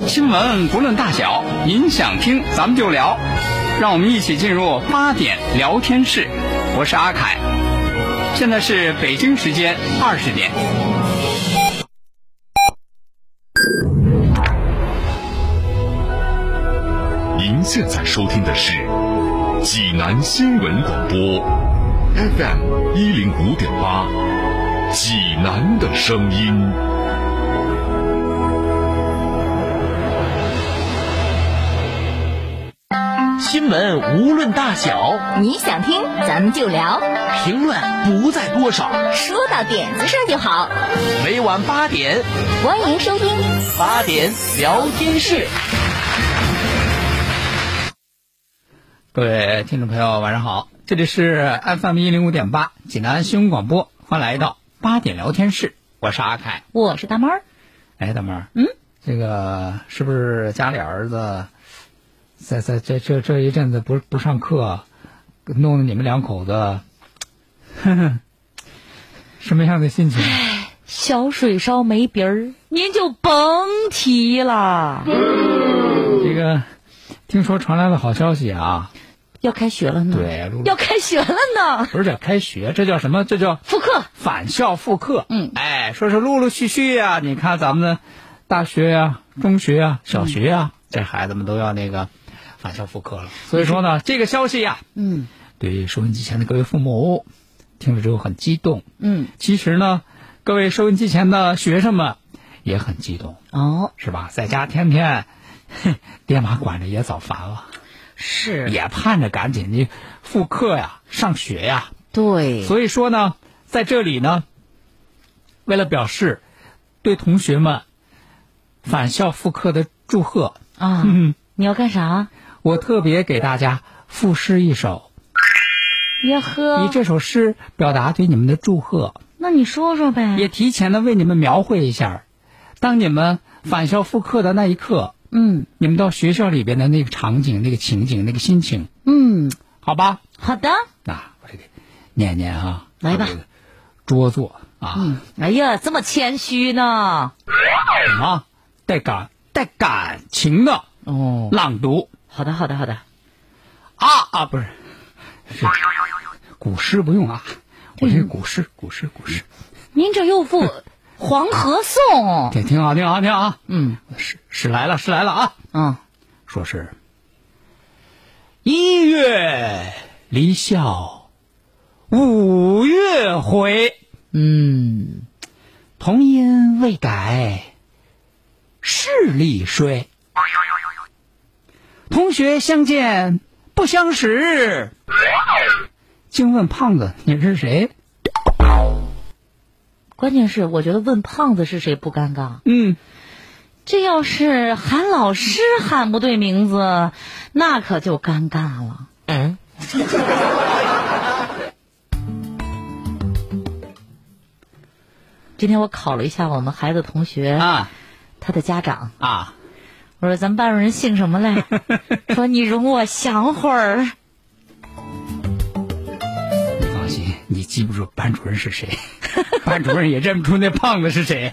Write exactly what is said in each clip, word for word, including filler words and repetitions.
新闻不论大小，您想听咱们就聊，让我们一起进入八点聊天室。我是阿凯，现在是北京时间二十点。 您现在收听的是济南新闻广播 F M 一零五点八，济南的声音。 新闻无论大小， 你想听咱们就聊， 评论不在多少， 说到点子上就好。 每晚八点， 欢迎收听八点聊天室。 各位听众朋友晚上好，这里是 F M 一零五点八济南新闻广播，欢迎来到八点聊天室，我是阿凯， 我是大妹儿。 哎，大妹儿， 嗯， 这个是不是家里儿子在在这这这一阵子不不上课，弄得你们两口子，呵呵，什么样的心情？ 小水烧没鼻儿，您就甭提了。 这个听说传来了好消息啊， 要开学了呢。 对， 要开学了呢。 不是叫开学，这叫什么？这叫复课， 返校复课。 嗯， 哎，说是陆陆续续呀、啊，你看咱们的大学呀、啊、中学呀、啊、小学呀、啊嗯，这孩子们都要那个返校复课了。所以说呢，这个消息呀、啊， 嗯， 对收音机前的各位父母听了之后很激动。 嗯， 其实呢，各位收音机前的学生们也很激动。 哦， 是吧？在家天天爹妈管着也早烦了。 是， 也盼着赶紧的复课呀，上学呀。 对， 所以说呢，在这里呢，为了表示对同学们返校复课的祝贺啊， 嗯， 你要干啥？ 我特别给大家赋诗一首， 呀呵， 以这首诗表达对你们的祝贺。 那你说说呗。 也提前的为你们描绘一下，当你们返校复课的那一刻。 嗯， 你们到学校里边的那个场景、那个情景、那个心情， 嗯， 好吧？ 好的。 那我这个念念啊， 来吧。 拙作啊， 嗯，哎呀，这么谦虚呢？ 什么带感带感情的哦， 朗读。 好的，好的，好的。 啊啊，不是，是古诗不用啊，我这古诗，古诗，古诗。 您这又赋黄河颂， 挺挺好，挺好，挺好啊！ 嗯， 是是来了，是来了啊！ 嗯， 说是一月离校，五月回。 嗯， 童音未改，视力衰。同学相见不相识，竟问胖子你是谁？ 关键是我觉得问胖子是谁不尴尬。 嗯， 这要是喊老师喊不对名字，那可就尴尬了。嗯。今天我考了一下我们孩子同学啊， 他的家长啊， 我说咱们班主任姓什么嘞？说你容我想会儿。 你放心，你记不住班主任是谁，班主任也认不出那胖子是谁。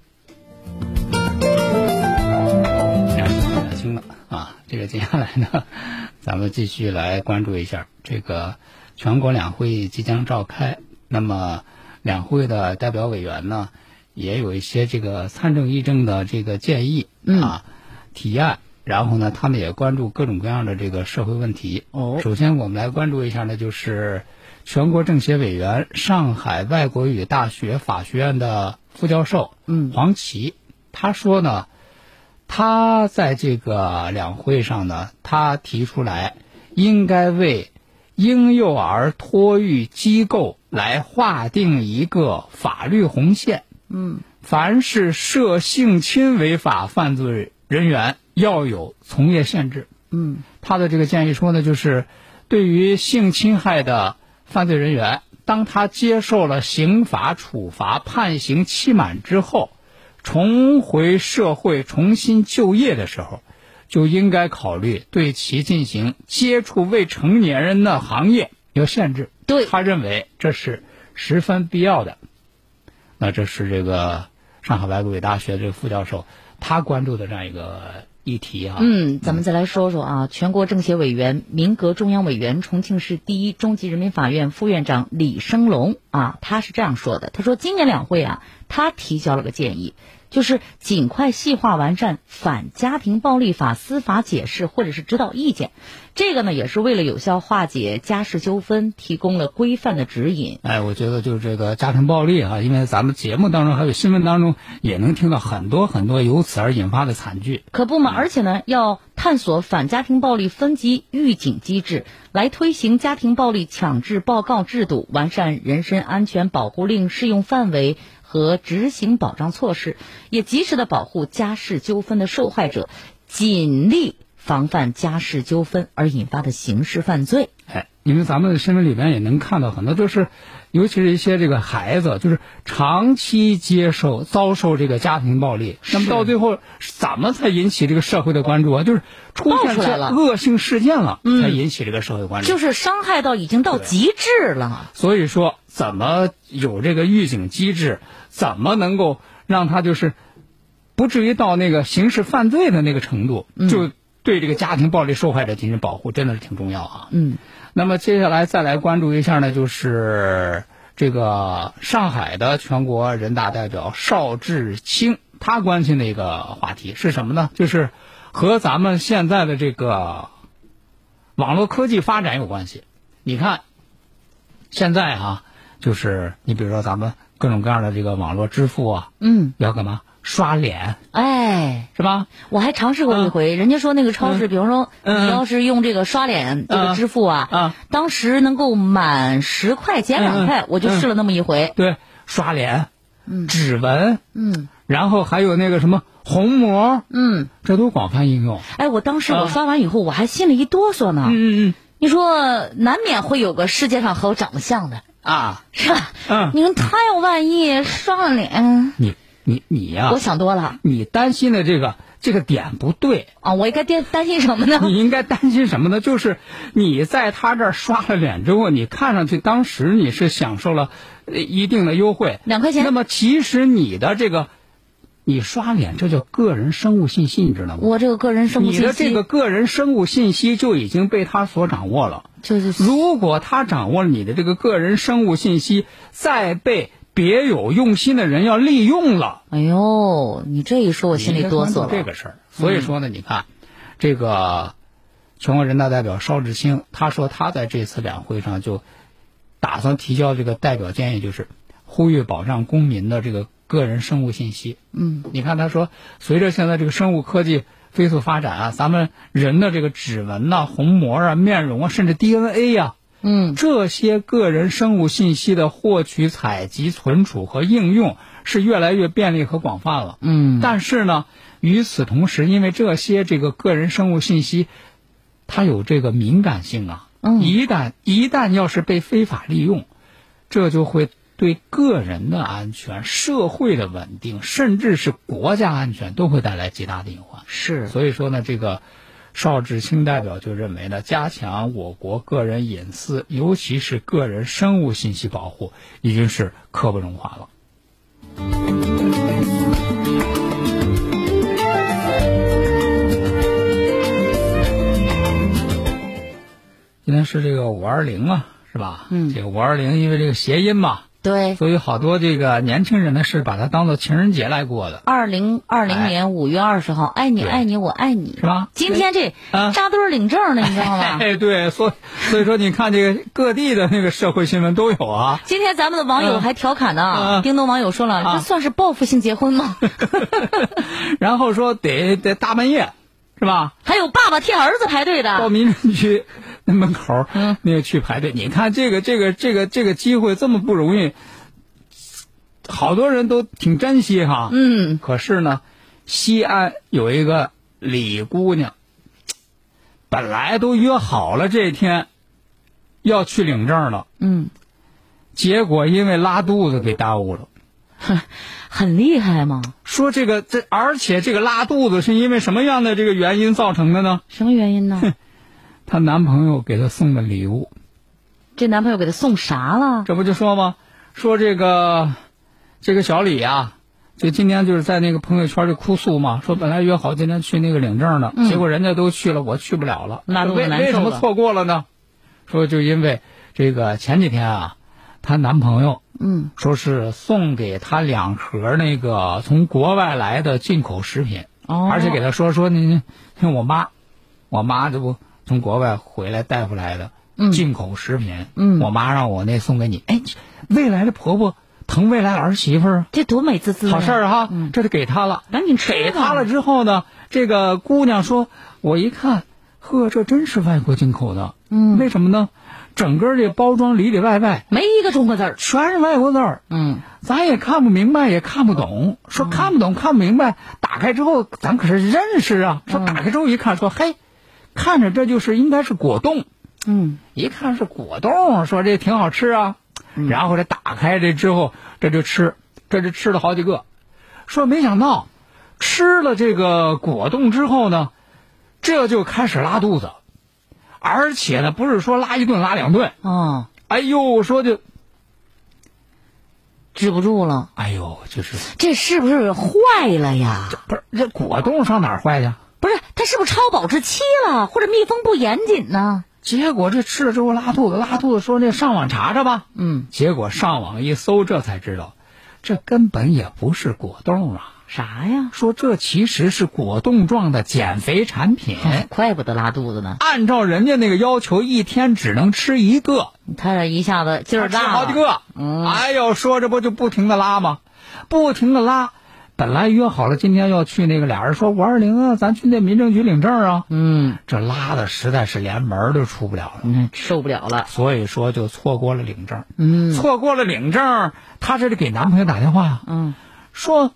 听了啊，这个接下来呢，咱们继续来关注一下这个全国两会即将召开，那么两会的代表委员呢，也有一些这个参政议政的这个建议啊、嗯、提案，然后呢，他们也关注各种各样的这个社会问题。 哦， 首先我们来关注一下呢，就是全国政协委员、上海外国语大学法学院的副教授嗯黄琦，他说呢，他在这个两会上呢，他提出来应该为婴幼儿托育机构来划定一个法律红线。 嗯， 凡是涉性侵违法犯罪人员要有从业限制。 嗯， 他的这个建议说呢，就是对于性侵害的犯罪人员，当他接受了刑罚处罚、判刑期满之后，重回社会重新就业的时候，就应该考虑对其进行接触未成年人的行业有限制。 对， 他认为这是十分必要的。那这是这个上海外国语大学这个副教授他关注的这样一个议题啊。 嗯，咱们再来说说啊，全国政协委员、民革中央委员、重庆市第一中级人民法院副院长李生龙啊，他是这样说的，他说今年两会啊，他提交了个建议，就是尽快细化完善反家庭暴力法司法解释或者是指导意见，这个呢也是为了有效化解家事纠纷提供了规范的指引。 哎，我觉得就是这个家庭暴力啊，因为咱们节目当中还有新闻当中也能听到很多很多由此而引发的惨剧。 可不嘛，而且呢要探索反家庭暴力分级预警机制，来推行家庭暴力强制报告制度，完善人身安全保护令适用范围和执行保障措施，也及时的保护家事纠纷的受害者，尽力防范家事纠纷而引发的刑事犯罪。 哎，因为咱们新闻里边也能看到很多，就是尤其是一些这个孩子，就是长期接受遭受这个家庭暴力，那么到最后怎么才引起这个社会的关注啊？就是出现这恶性事件了， 嗯、 才引起这个社会关注， 就是伤害到已经到极致了。 所以说，怎么有这个预警机制，怎么能够让他就是不至于到那个刑事犯罪的那个程度， 嗯、 就对这个家庭暴力受害者进行保护，真的是挺重要啊。 嗯。 那么接下来再来关注一下呢，就是这个上海的全国人大代表邵志清，他关心的一个话题是什么呢？就是和咱们现在的这个网络科技发展有关系。你看，现在啊，就是你比如说咱们各种各样的这个网络支付啊， 嗯， 要干嘛？刷脸， 哎， 是吧？ 我还尝试过一回，嗯、人家说那个超市，嗯、比方说、 嗯、 你要是用这个刷脸这个支付啊， 啊， 当时能够满十块减两块， 嗯、 我就试了那么一回。 对，刷脸， 嗯， 指纹， 嗯， 然后还有那个什么虹膜， 嗯， 这都广泛应用。 哎，我当时我刷完以后，啊、我还心里一哆嗦呢。 嗯嗯嗯， 你说难免会有个世界上和我长得像的啊， 是吧？ 嗯， 你说他要万一刷了脸， 你。你你呀、啊， 我想多了。 你担心的这个这个点不对啊！我应该担担心什么呢？ 你应该担心什么呢？就是你在他这儿刷了脸之后，你看上去当时你是享受了一定的优惠， 两块钱。 那么其实你的这个你刷脸，这叫个人生物信息，你知道吗？ 我这个个人生物信息， 你的这个个人生物信息就已经被他所掌握了。 就是如果他掌握了你的这个个人生物信息，再被别有用心的人要利用了， 哎呦，你这一说，我心里哆嗦了。 这个事儿，所以说呢，嗯、你看，这个全国人大代表邵志清，他说他在这次两会上就打算提交这个代表建议，就是呼吁保障公民的这个个人生物信息。 嗯， 你看他说，随着现在这个生物科技飞速发展啊，咱们人的这个指纹呐、啊、虹膜啊、面容啊，甚至 D N A 呀、啊。 嗯， 这些个人生物信息的获取、采集、存储和应用是越来越便利和广泛了。 嗯， 但是呢，与此同时，因为这些这个个人生物信息，它有这个敏感性啊， 嗯， 一旦一旦要是被非法利用，这就会对个人的安全、社会的稳定，甚至是国家安全都会带来极大的隐患。 是， 所以说呢，这个。邵志清代表就认为呢，加强我国个人隐私，尤其是个人生物信息保护，已经是刻不容缓了。今天是这个五二零啊，是吧？ 嗯， 这个五二零因为这个谐音嘛。 对， 所以好多这个年轻人呢是把它当做情人节来过的。 二零二零年五月二十号，爱你爱你我爱你， 是吧？ 今天这扎堆领证的，你知道吗？ 哎，对，所所以说你看这个各地的那个社会新闻都有啊。 今天咱们的网友还调侃呢，叮咚网友说了，这算是报复性结婚吗？ 然后说得得大半夜，是吧？ 还有爸爸替儿子排队的， 到民政局那门口，嗯，那个去排队。你看这个这个这个这个机会这么不容易，好多人都挺珍惜哈。 嗯， 可是呢，西安有一个李姑娘，本来都约好了这天要去领证了， 嗯， 结果因为拉肚子给耽误了。 很厉害吗？ 说这个这，而且这个拉肚子是因为什么样的这个原因造成的呢？ 什么原因呢？ 她男朋友给她送的礼物。 这男朋友给她送啥了？ 这不就说吗？说这个这个小李啊， 就今天就是在那个朋友圈就哭诉嘛，说本来约好今天去那个领证的， 嗯、 结果人家都去了，我去不了了。 那为为什么错过了呢？说就因为这个前几天啊，她男朋友嗯说是送给她两盒那个从国外来的进口食品， 哦， 而且给她说说你像我妈，我妈这不从国外回来带回来的进口食品， 嗯， 我妈让我那送给你，哎，未来的婆婆。疼未来儿媳妇儿， 这多美滋滋！ 好事儿哈， 嗯、 这就给他了， 赶紧吃。 给他了之后呢，这个姑娘说：“我一看，呵，这真是外国进口的。 嗯， 为什么呢？整个这包装里里外外没一个中国字儿， 全是外国字儿。 嗯， 咱也看不明白，也看不懂。说看不懂，看不明白，打开之后咱可是认识啊。说打开之后一看，说嘿，看着这就是应该是果冻。 嗯， 一看是果冻，说这挺好吃啊。”然后这打开这之后，这就吃，这就吃了好几个。说没想到，吃了这个果冻之后呢，这就开始拉肚子，而且呢，不是说拉一顿拉两顿。 哦， 哎呦，说就止不住了。 哎呦，就是这是不是坏了呀？ 不是这果冻上哪儿坏去？ 不是，它是不是超保质期了，或者密封不严谨呢？ 结果这吃了之后拉肚子，拉肚子说那上网查查吧。 嗯， 结果上网一搜，这才知道，这根本也不是果冻啊。 啥呀？ 说这其实是果冻状的减肥产品。 哦、怪不得拉肚子呢。 按照人家那个要求，一天只能吃一个。 他这一下子劲儿大了， 吃好几个。 嗯， 哎呦，说这不就不停的拉吗？不停的拉。本来约好了今天要去那个，俩人说五二零啊，咱去那民政局领证啊。 嗯， 这拉的实在是连门都出不了了， 嗯，受不了了， 所以说就错过了领证。 嗯， 错过了领证，她这得给男朋友打电话呀。 嗯， 说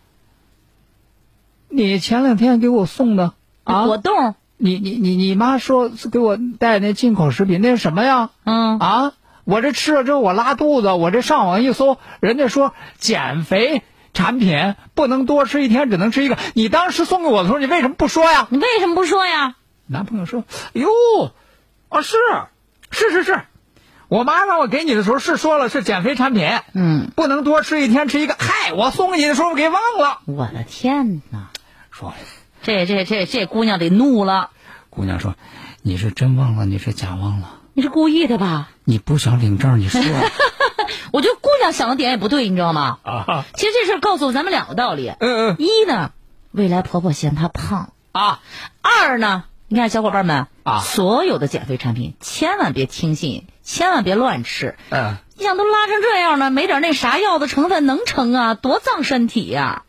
你前两天给我送的啊果冻， 你你你你妈说给我带那进口食品，那是什么呀？ 嗯啊，我这吃了之后我拉肚子，我这上网一搜，人家说减肥产品不能多吃，一天只能吃一个。你当时送给我的时候，你为什么不说呀？ 你为什么不说呀？ 男朋友说：“哟，啊是是是是，我妈让我给你的时候是说了是减肥产品， 嗯， 不能多吃，一天吃一个。嗨，我送给你的时候我给忘了。 我的天哪！ 说， 这这这这姑娘得怒了。 姑娘说：你是真忘了，你是假忘了？ 你是故意的吧？ 你不想领证，你说。 我觉得姑娘想的点也不对，你知道吗？ 啊， 其实这事告诉咱们两个道理。 嗯嗯。 一呢，未来婆婆嫌她胖啊。 二呢，你看小伙伴们啊， 所有的减肥产品千万别听信，千万别乱吃。 嗯。 你想都拉成这样了，没点那啥药的成分能成啊？多脏身体呀！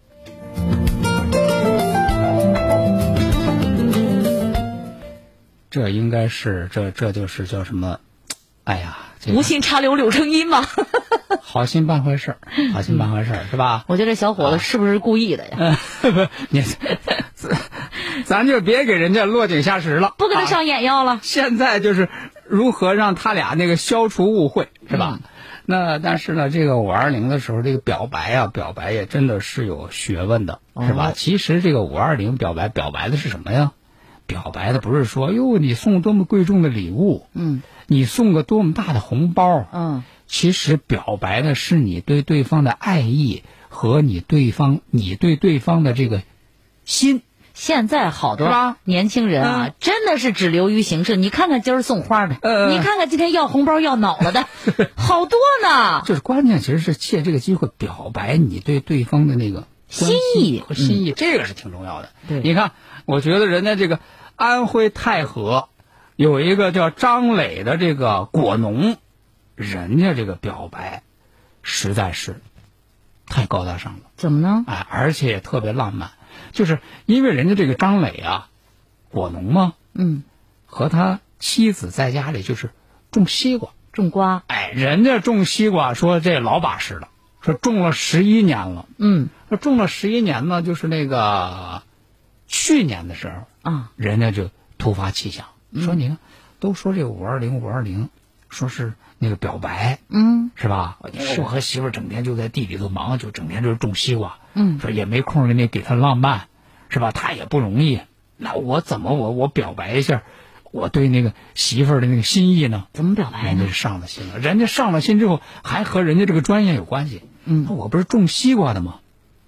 这应该是这这就是叫什么？哎呀，这个、 无心插柳柳成荫嘛。 好心办坏事，好心办坏事、嗯、是吧？ 我觉得这小伙子是不是故意的呀？ 不、啊，你咱就别给人家落井下石了， 不给他上眼药了、啊。 现在就是如何让他俩那个消除误会，是吧？嗯、那但是呢，这个五二零的时候，这个表白啊，表白也真的是有学问的，是吧？哦、其实这个五二零表白，表白的是什么呀？表白的不是说哟，你送多么贵重的礼物， 嗯， 你送个多么大的红包， 嗯， 其实表白的是你对对方的爱意和你对方你对对方的这个心。 现在好多年轻人啊， 嗯、 真的是只流于形式。你看看今儿送花的， 呃、 你看看今天要红包要脑了的，好多呢。 就是关键，其实是借这个机会表白你对对方的那个心意和心意，嗯、这个是挺重要的。 对， 你看，我觉得人家这个安徽太和有一个叫张磊的这个果农，人家这个表白实在是太高大上了。 怎么呢？ 哎，而且也特别浪漫，就是因为人家这个张磊啊，果农嘛， 嗯， 和他妻子在家里就是种西瓜、 种瓜。 哎，人家种西瓜说这老把式了，说种了十一年了。 嗯， 说种了十一年呢，就是那个去年的时候啊， 人家就突发奇想，嗯、说你看，都说这个五二零五二零，说是那个表白， 嗯， 是吧？是我和媳妇儿整天就在地里头忙，就整天就是种西瓜， 嗯， 说也没空给你给他浪漫，是吧？他也不容易，那我怎么我我表白一下我对那个媳妇儿的那个心意呢？ 怎么表白呢？ 人家上了心了，人家上了心之后还和人家这个专业有关系。 嗯， 我不是种西瓜的吗？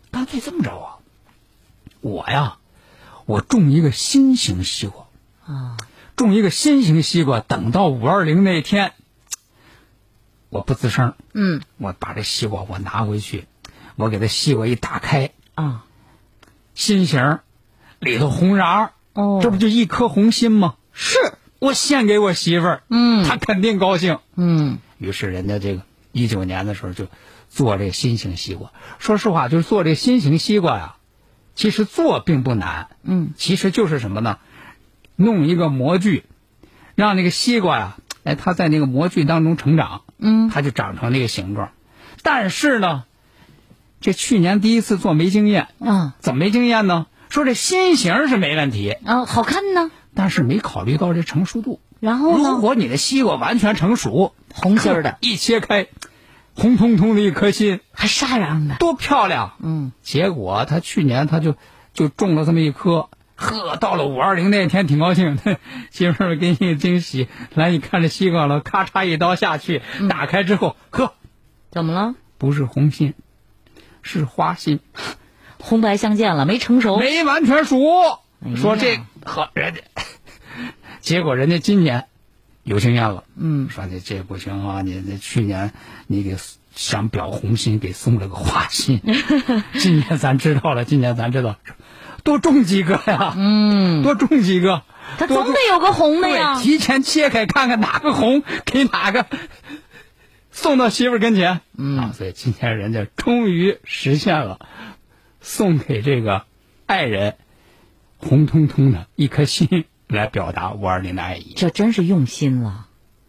干脆这么着啊，我呀，我种一个新型西瓜啊， 种一个新型西瓜，等到五二零那天，我不吱声， 嗯， 我把这西瓜我拿回去，我给它西瓜一打开啊， 心形里头红瓤， 哦， 这不就一颗红心吗？ 是我献给我媳妇儿， 嗯， 她肯定高兴， 嗯， 于是人家这个一九年的时候就做这个新型西瓜。说实话，就是做这个新型西瓜呀，其实做并不难， 嗯， 其实就是什么呢？弄一个模具，让那个西瓜呀，哎，它在那个模具当中成长， 嗯， 它就长成那个形状。但是呢，这去年第一次做没经验， 啊， 怎么没经验呢？说这新型是没问题， 啊，好看呢， 但是没考虑到这成熟度。 然后呢？ 如果你的西瓜完全成熟， 红心儿的， 一切开，红彤彤的一颗心， 还沙瓤的， 多漂亮！ 嗯， 结果他去年他就就种了这么一颗，呵，到了五二零那天挺高兴，媳妇儿给你惊喜，来你看这西瓜了，咔嚓一刀下去， 嗯、 打开之后，呵， 怎么了？ 不是红心，是花心， 红白相间了，没成熟， 没完全熟。 哎、 说这呵，人家。结果人家今年有经验了， 嗯， 说你这不行啊，你这去年你给想表红心，给送了个花心，今年咱知道了，今年咱知道，多种几个呀， 嗯， 多种几个， 它总得有个红的呀， 对，提前切开看看哪个红，给哪个送到媳妇跟前， 嗯、 啊，所以今年人家终于实现了，送给这个爱人红彤彤的一颗心。来表达五二零的爱意， 这真是用心了。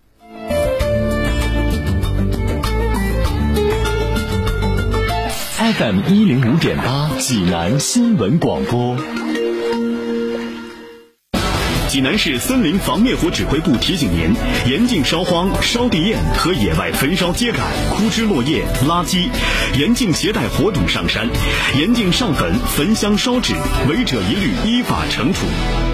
F M 一零五点八，济南新闻广播。济南市森林防灭火指挥部提醒您：严禁烧荒、烧地堰和野外焚烧秸秆、枯枝落叶、垃圾；严禁携带火种上山；严禁上坟、焚香烧纸，违者一律依法惩处。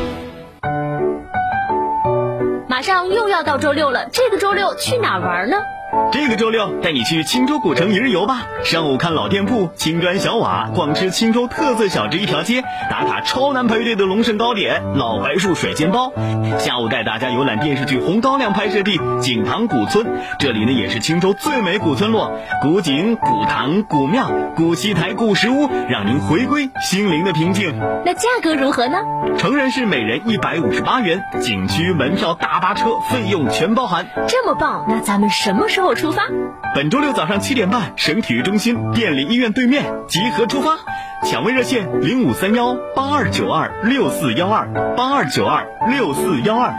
马上又要到周六了，这个周六去哪儿玩呢？ 这个周六带你去青州古城一日游吧，上午看老店铺、青砖小瓦，逛吃青州特色小吃一条街，打卡超难排队的龙盛糕点、老槐树水煎包。下午带大家游览电视剧《红高粱》拍摄地景塘古村，这里呢也是青州最美古村落，古井、古堂、古庙、古戏台、古石屋，让您回归心灵的平静。 那价格如何呢？ 成人是每人一百五十八元，景区门票、大巴车费用全包含。 这么棒，那咱们什么时候出发？ 本周六早上七点半，省体育中心电力医院对面集合出发。抢位热线零五三幺八二九二六四幺二八二九二六四幺二。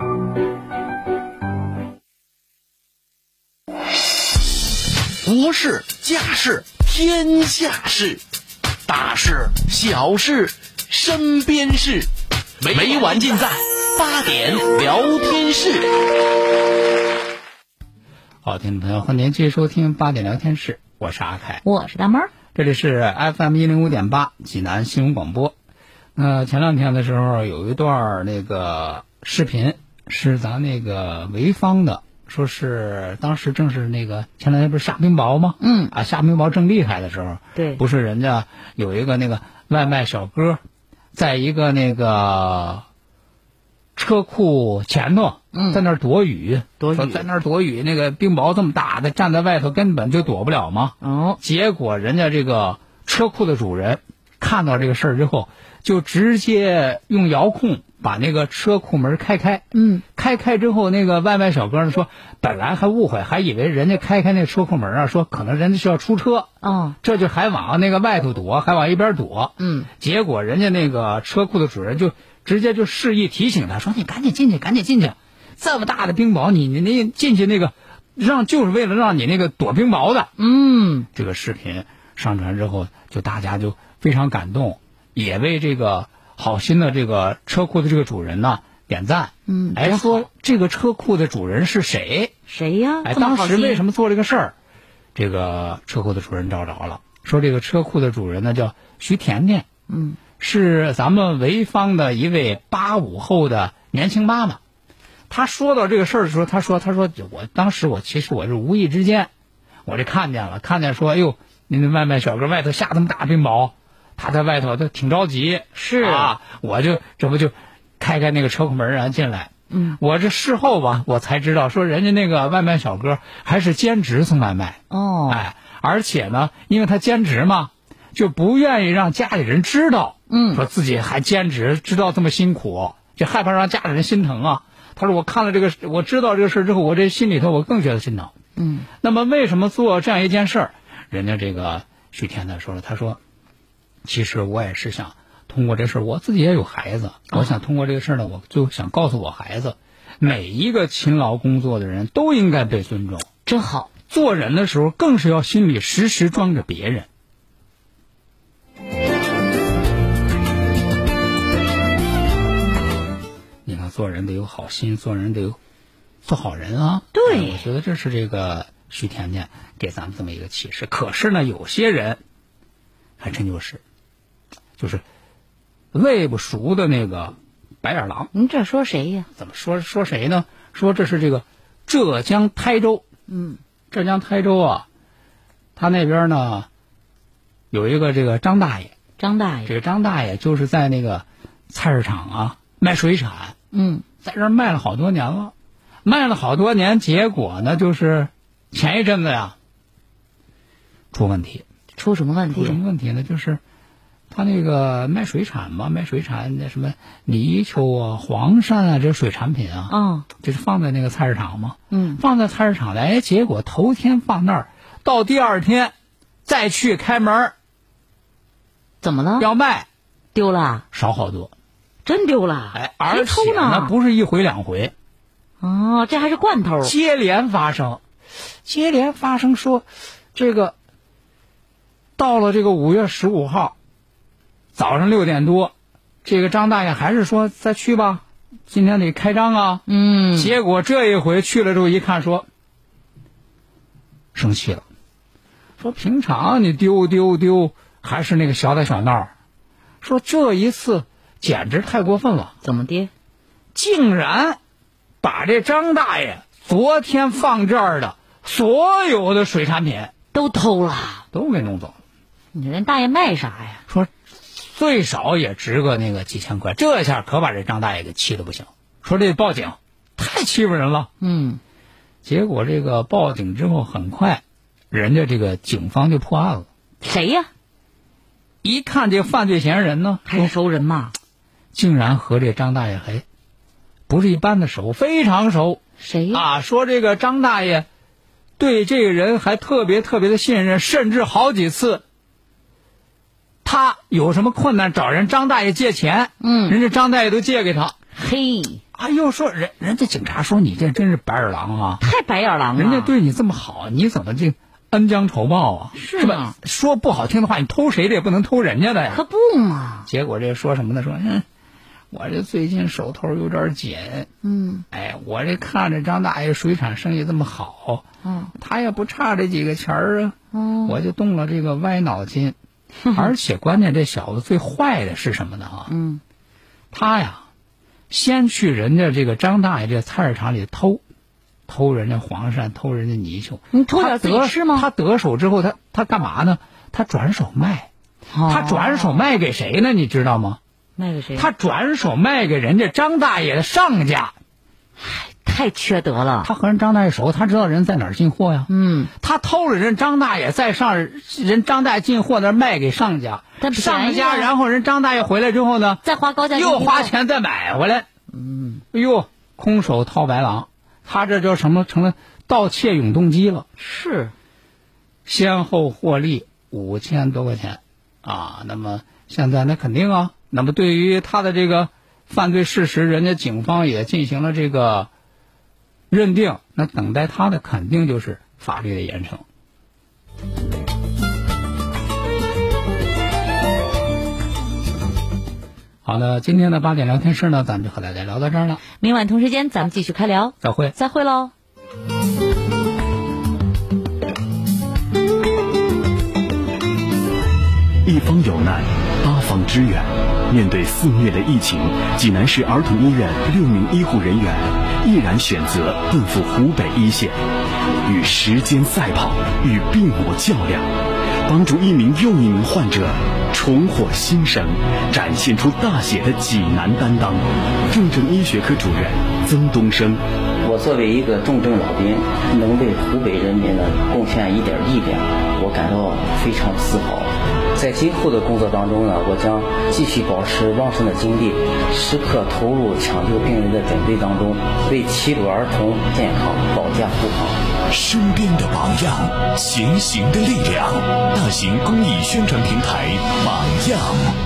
国事家事天下事，大事小事身边事，每晚尽在八点聊天室。 好，听众朋友，欢迎继续收听八点聊天室，我是阿凯， 我是大妹儿， 这里是 F M 一零五点八济南新闻广播。呃，前两天的时候有一段那个视频是咱那个潍坊的，说是当时正是那个前两天不是下冰雹吗？ 嗯啊，下冰雹正厉害的时候， 对， 不是人家有一个那个外卖小哥，在一个那个车库前头， 嗯， 在那儿躲雨， 躲雨， 说在那儿躲雨，那个冰雹这么大，他站在外头根本就躲不了嘛。 哦， 结果人家这个车库的主人看到这个事儿之后，就直接用遥控把那个车库门开开。 嗯， 开开之后，那个外卖小哥呢说，本来还误会，还以为人家开开那车库门啊，说可能人家是要出车， 哦， 这就还往那个外头躲，还往一边躲。 嗯， 结果人家那个车库的主人就直接就示意提醒他说：“你赶紧进去，赶紧进去！这么大的冰雹，你你那进去那个，让就是为了让你那个躲冰雹的。” 嗯， 这个视频上传之后，就大家就非常感动，也为这个好心的这个车库的这个主人呢点赞。 嗯， 哎，说这个车库的主人是谁？ 谁呀？ 哎，当时为什么么做这个事儿？这个车库的主人找着了，说这个车库的主人呢叫徐甜甜。 嗯。 是咱们潍坊的一位八五后的年轻妈妈。她说到这个事儿的时候，她说：“她说我当时我其实我是无意之间，我这看见了，看见说，哎呦， 您的外卖小哥外头下这么大冰雹，他在外头都挺着急， 是啊，我就这不就开开那个车库门啊进来。 嗯， 我这事后吧，我才知道说人家那个外卖小哥还是兼职送外卖。 哦， 哎，而且呢，因为他兼职嘛，就不愿意让家里人知道， 嗯， 说自己还兼职，知道这么辛苦，就害怕让家里人心疼啊。他说我看了这个，我知道这个事之后，我这心里头我更觉得心疼。 嗯， 那么为什么做这样一件事儿？人家这个徐天呢说了，他说，其实我也是想通过这事儿，我自己也有孩子，我想通过这个事儿呢，我就想告诉我孩子，每一个勤劳工作的人都应该被尊重， 真好。 做人的时候更是要心里时时装着别人。你看，做人得有好心，做人得有做好人啊。 对， 哎我觉得这是这个徐甜甜给咱们这么一个启示。可是呢，有些人还真就是就是喂不熟的那个白眼狼。 您这说谁呀？ 怎么说说谁呢？说这是这个浙江台州。 嗯， 浙江台州啊，他那边呢有一个这个张大爷。 张大爷， 这个张大爷就是在那个菜市场啊卖水产。 嗯， 在这儿卖了好多年了，卖了好多年，结果呢就是前一阵子呀出问题。 出什么问题？ 出什么问题呢？就是他那个卖水产嘛，卖水产那什么泥鳅啊、黄鳝啊，这水产品啊， 嗯， 就是放在那个菜市场嘛， 嗯， 放在菜市场的，哎，结果头天放那儿，到第二天再去开门， 怎么了？ 要卖， 丢了， 少好多， 真丢了， 哎，而且偷呢呢不是一回两回， 哦，这还是罐头， 接连发生，接连发生说，这个到了这个五月十五号早上六点多，这个张大爷还是说再去吧，今天得开张啊。 嗯， 结果这一回去了之后一看说，生气了，说平常你丢丢丢还是那个小打小闹，说这一次简直太过分了， 怎么的？ 竟然把这张大爷昨天放这儿的所有的水产品都偷了， 都给弄走了。 你人大爷卖啥呀？ 说最少也值个那个几千块，这下可把这张大爷给气得不行，说这报警，太欺负人了。 嗯， 结果这个报警之后，很快人家这个警方就破案了。 谁呀？ 一看这个犯罪嫌疑人呢， 还是熟人嘛， 竟然和这张大爷还不是一般的熟，非常熟。 谁呀？ 啊，说这个张大爷对这个人还特别特别的信任，甚至好几次他有什么困难找人张大爷借钱， 嗯， 人家张大爷都借给他。 嘿， 哎呦，说人人家警察说你这真是白眼狼啊， 太白眼狼了， 人家对你这么好，你怎么这恩将仇报啊？ 是吧？说不好听的话，你偷谁的也不能偷人家的呀。 可不嘛。 结果这说什么呢？说嗯，我这最近手头有点紧， 嗯， 哎，我这看着张大爷水产生意这么好， 嗯， 他也不差这几个钱儿啊， 嗯， 我就动了这个歪脑筋。而且关键这小子最坏的是什么呢？哈， 嗯， 他呀，先去人家这个张大爷这菜市场里偷，偷人家黄鳝，偷人家泥鳅。 你偷点自己吃吗？ 他得手之后，他他干嘛呢？他转手卖， 哦、 他转手卖给谁呢？你知道吗？ 卖给谁？ 他转手卖给人家张大爷的上家。 太缺德了！ 他和人张大爷熟，他知道人在哪儿进货呀。 嗯， 他偷了人张大爷，再上人张大爷进货那儿卖给上家，上家，然后人张大爷回来之后呢， 再花高价又花钱再买回来。 嗯， 哎呦，空手套白狼，他这叫什么？成了盗窃永动机了。 是， 先后获利五千多块钱啊。那么现在那肯定啊，那么对于他的这个犯罪事实，人家警方也进行了这个认定，那等待他的肯定就是法律的严惩。好的，今天的八点聊天室呢，咱们就和大家聊到这儿了。 明晚同时间咱们继续开聊， 再会， 再会喽。 一方有难，八方支援。面对肆虐的疫情，济南市儿童医院六名医护人员毅然选择奔赴湖北一线，与时间赛跑，与病魔较量。 帮助一名又一名患者重获新生，展现出大写的济南担当。重症医学科主任曾东升， 我作为一个重症老兵，能为湖北人民呢贡献一点力量，我感到非常自豪。在今后的工作当中呢，我将继续保持旺盛的精力，时刻投入抢救病人的准备当中，为齐鲁儿童健康保驾护航。 身边的榜样，前行的力量。大型公益宣传平台榜样。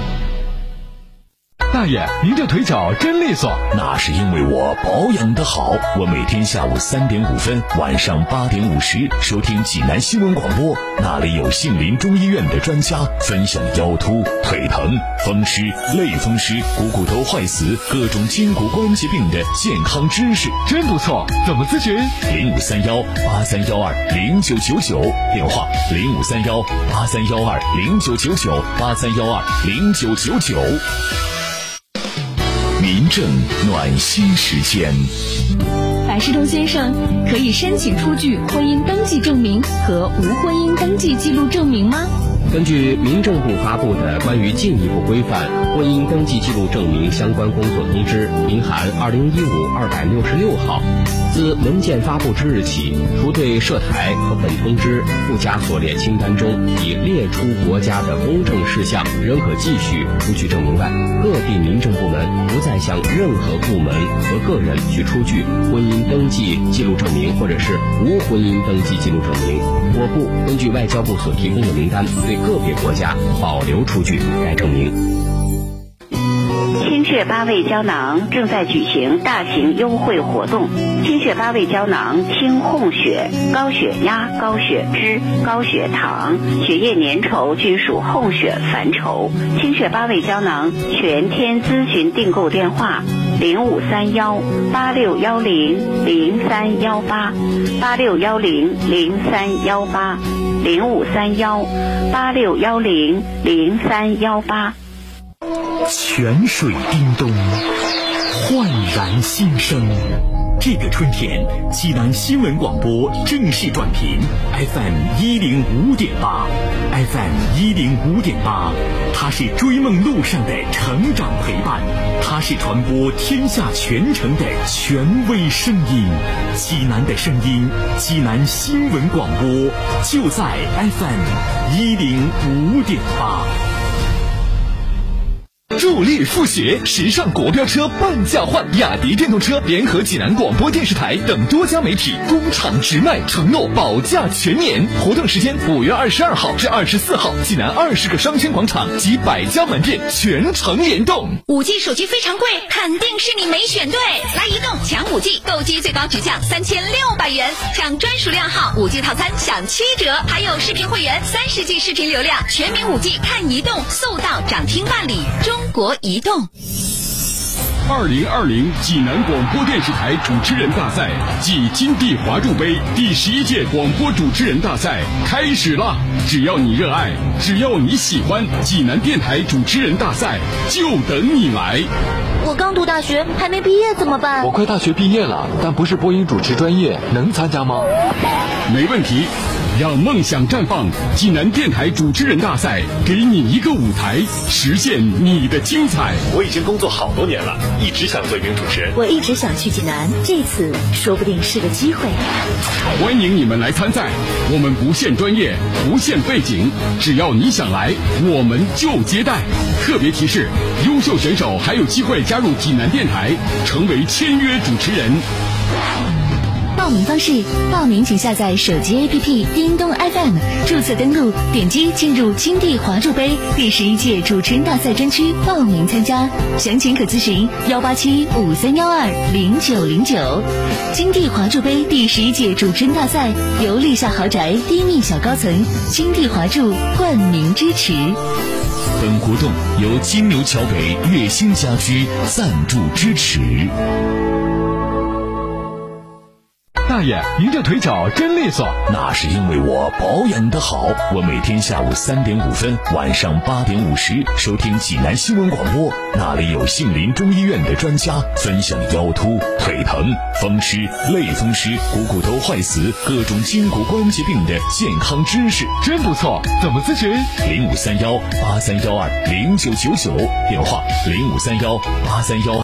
大爷，您这腿脚真利索。 那是因为我保养得好。我每天下午三点五分，晚上八点五十收听济南新闻广播，那里有杏林中医院的专家分享腰突、腿疼、风湿、类风湿、股骨头坏死、各种筋骨关节病的健康知识， 真不错。怎么咨询？ 零五三幺八三幺二零九九九，电话零五三幺八三幺二零九九九八三幺二零九九九。民政暖心时间。 白世忠先生，可以申请出具婚姻登记证明和无婚姻登记记录证明吗？ 根据民政部发布的关于进一步规范婚姻登记记录证明相关工作通知（民函二零一五二百六十六号），自文件发布之日起，除对涉台和本通知附加所列清单中已列出国家的公证事项仍可继续出具证明外，各地民政部门不再向任何部门和个人去出具婚姻登记记录证明或者是无婚姻登记记录证明。我部根据外交部所提供的名单，对个别国家保留出具该证明。 清血八味胶囊正在举行大型优惠活动。清血八味胶囊清红血，高血压、高血脂、高血糖、血液粘稠均属红血范畴。清血八味胶囊全天咨询订购电话零五三幺八六幺零零三幺八八六幺零零三幺八零五三幺八六幺零零三幺八。 泉水叮咚，焕然新生。这个春天，济南新闻广播正式转频 F M 一零五点八 ，F M 一零五点八，它是追梦路上的成长陪伴，它是传播天下全城的权威声音。济南的声音，济南新闻广播就在 F M 一零五点八。 助力复学，时尚国标车半价换，雅迪电动车联合济南广播电视台等多家媒体工厂直卖，承诺保价全年。活动时间五月二十二号至二十四号，济南二十个商圈广场及百家门店全程联动。 五 G 手机非常贵，肯定是你没选对。来移动抢五 G， 购机最高直降三千六百元，抢专属靓号五 G 套餐享七折，还有视频会员三十 G 视频流量，全民五 G 看移动，速到涨停办理。中国移动。 二零二零济南广播电视台主持人大赛暨金地华筑杯第十一届广播主持人大赛开始了！只要你热爱，只要你喜欢，济南电台主持人大赛就等你来。 我刚读大学，还没毕业怎么办？ 我快大学毕业了，但不是播音主持专业，能参加吗？ 没问题。让梦想绽放，济南电台主持人大赛给你一个舞台，实现你的精彩。 我已经工作好多年了，一直想做一名主持人。 我一直想去济南，这次说不定是个机会。 欢迎你们来参赛，我们不限专业，不限背景，只要你想来，我们就接待。特别提示，优秀选手还有机会加入济南电台，成为签约主持人。 报名方式：报名请下载手机 A P P 叮咚 F M， 注册登录，点击进入金地华筑杯第十一届主持人大赛专区报名参加。详情可咨询幺八七五三幺二零九零九。金地华筑杯第十一届主持人大赛由立夏豪宅低密小高层金地华筑冠名支持。 本活动由金牛桥北悦兴家居赞助支持。 大爷，您这腿脚真利索。 那是因为我保养得好。我每天下午三点五分，晚上八点五十收听济南新闻广播，那里有杏林中医院的专家分享腰突、腿疼、风湿、类风湿、股骨头坏死、各种筋骨关节病的健康知识， 真不错。怎么咨询？ 零五三幺八三幺二零九九九，电话零五三幺八三幺。